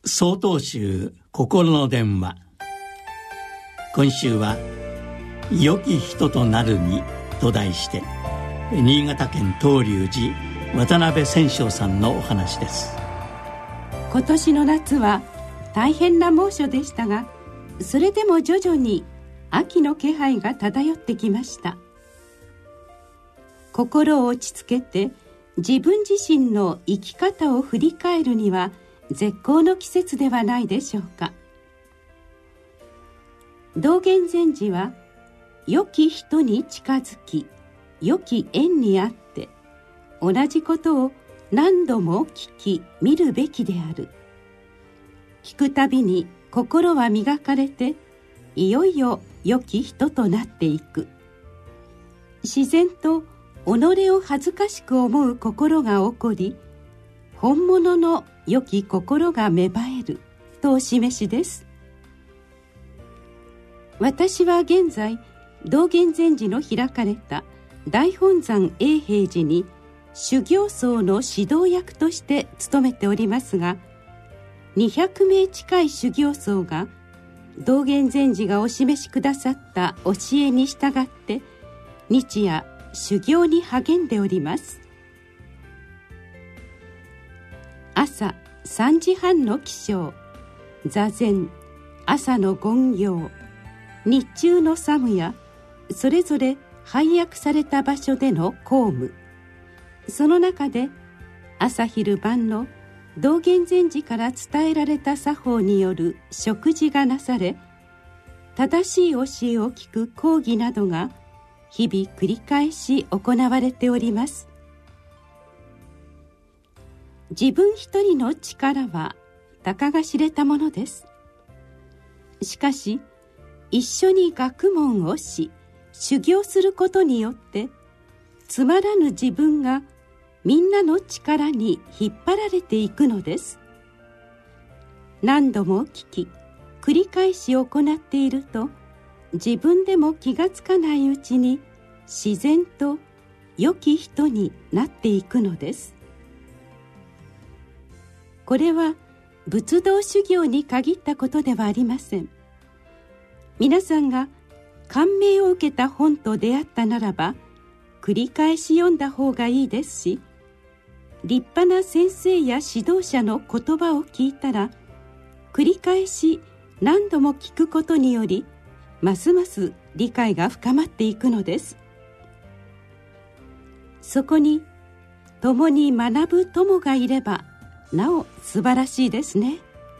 曹洞宗心の電話。今週は良き人となるにと題して、新潟県東龍寺渡辺千昌さんのお話です。 今年の夏は大変な猛暑でしたが、それでも徐々に秋の気配が漂ってきました。心を落ち着けて自分自身の生き方を振り返るには絶好の季節ではないでしょうか。道元禅師は、良き人に近づき良き縁にあって同じことを何度も聞き見るべきである。聞くたびに心は磨かれて、いよいよ良き人となっていく。自然と己を恥ずかしく思う心が起こり、本物の良き心が芽生えるとお示しです。私は現在、道元禅師の開かれた大本山永平寺に修行僧の指導役として務めておりますが、200名近い修行僧が道元禅師がお示しくださった教えに従って日夜修行に励んでおります。朝3時半の起床、座禅、朝の勤行、日中の作務や、それぞれ配役された場所での公務、その中で朝昼晩の道元禅師から伝えられた作法による食事がなされ、正しい教えを聞く講義などが日々繰り返し行われております。自分一人の力はたかが知れたものです。しかし、一緒に学問をし修行することによって、つまらぬ自分がみんなの力に引っ張られていくのです。何度も聞き繰り返し行っていると、自分でも気がつかないうちに自然と良き人になっていくのです。これは仏道修行に限ったことではありません。皆さんが感銘を受けた本と出会ったならば、繰り返し読んだ方がいいですし、立派な先生や指導者の言葉を聞いたら、繰り返し何度も聞くことにより、ますます理解が深まっていくのです。そこに共に学ぶ友がいれば、なお素晴らしいですね。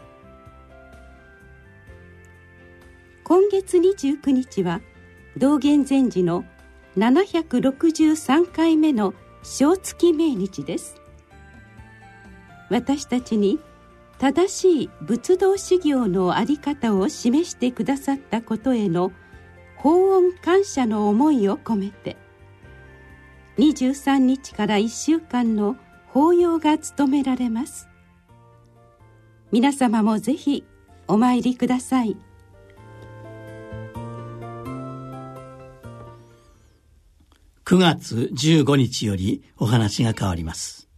今月29日は道元禅師の763回目の正月命日です。私たちに正しい仏道修行のあり方を示してくださったことへの報恩感謝の思いを込めて、23日から1週間の法要が務められます。皆様もぜひお参りください。 9月15日よりお話が変わります。